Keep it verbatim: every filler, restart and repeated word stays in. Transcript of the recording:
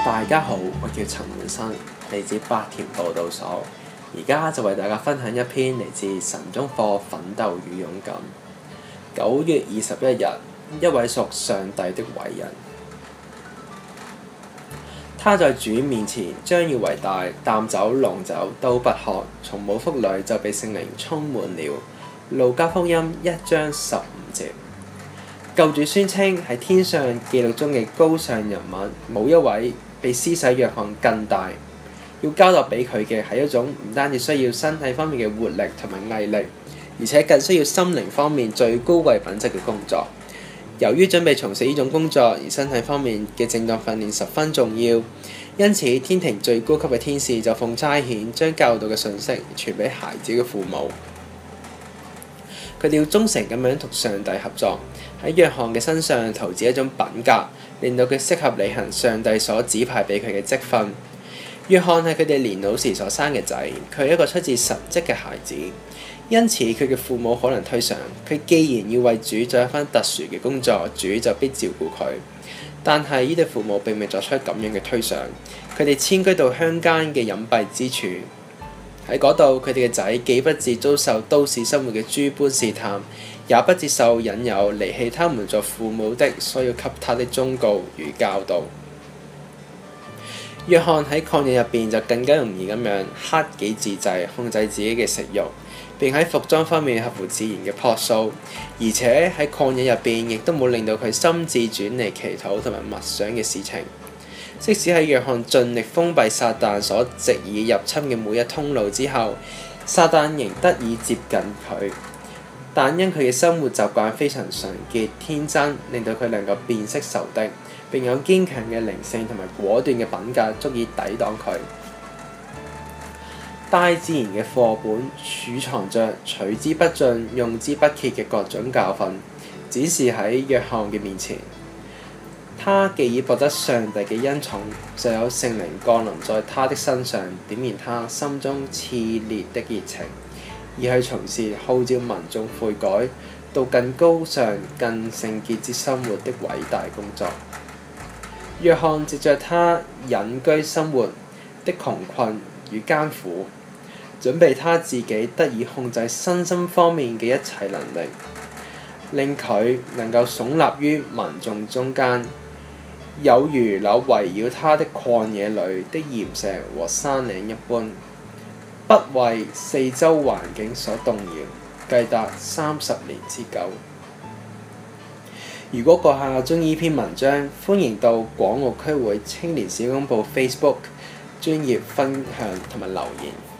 大家好，我叫陳滿生，嚟自百田報道所，而家就為大家分享一篇嚟自神中課《奮鬥與勇敢》。九月二十一日，一位屬上帝的偉人，他在主面前將要為大，淡酒濃酒都不喝，從母腹裏就被聖靈充滿了。路加福音一章十五節。救主宣稱喺天上記錄中嘅高尚人物，冇一位比施洗約翰更大。要交託俾佢嘅係一種唔單止需要身體方面嘅活力同埋毅力，而且更需要心靈方面最高貴品質嘅工作。由於準備從事呢種工作，而身體方面嘅正當訓練十分重要，因此天庭最高級嘅天使就奉差遣將教導嘅信息傳俾孩子嘅父母。佢哋要忠誠咁樣同上帝合作，喺約翰嘅身上投資一種品格，令到佢適合履行上帝所指派俾佢嘅職分。約翰係佢哋年老時所生嘅仔，佢係一個出自神蹟嘅孩子，因此佢嘅父母可能推想，佢既然要為主做一番特殊嘅工作，主就必照顧佢。但係呢對父母並未作出咁樣嘅推想，佢哋遷居到鄉間嘅隱蔽之處。喺嗰度，佢哋嘅仔既不致遭受都市生活嘅諸般試探，也不接受引誘離棄他們作父母的所要給他的忠告與教導。約翰喺曠野入邊就更加容易咁樣克己自制，控制自己嘅食慾，並喺服裝方面合乎自然嘅樸素，而且喺曠野入邊亦都冇令到佢心智轉離祈禱同埋默想嘅事情。即使喺約翰盡力封閉撒旦所藉以入侵嘅每一通路之後，撒旦仍得以接近佢，但因佢嘅生活習慣非常純潔天真，令到佢能夠辨識仇敵，並有堅強嘅靈性同埋果斷嘅品格，足以抵擋佢。大自然嘅課本儲藏着取之不盡、用之不竭嘅各種教訓，只是喺約翰嘅面前。他既已獲得上帝嘅恩寵，就有聖靈降臨在他的身上，點燃他心中熾烈的熱情，而去從事號召民眾悔改到更高尚、更聖潔之生活的偉大工作。約翰藉着他隱居生活的窮困與艱苦，準備他自己得以控制身心方面嘅一切能力，令佢能夠聳立於民眾中間，有如那圍繞他的曠野裏的岩石和山嶺一般，不為四周環境所動搖，計達三十年之久。如果閣下鍾意呢篇文章，歡迎到廣澳區會青年事工部 Facebook 專頁分享同埋留言。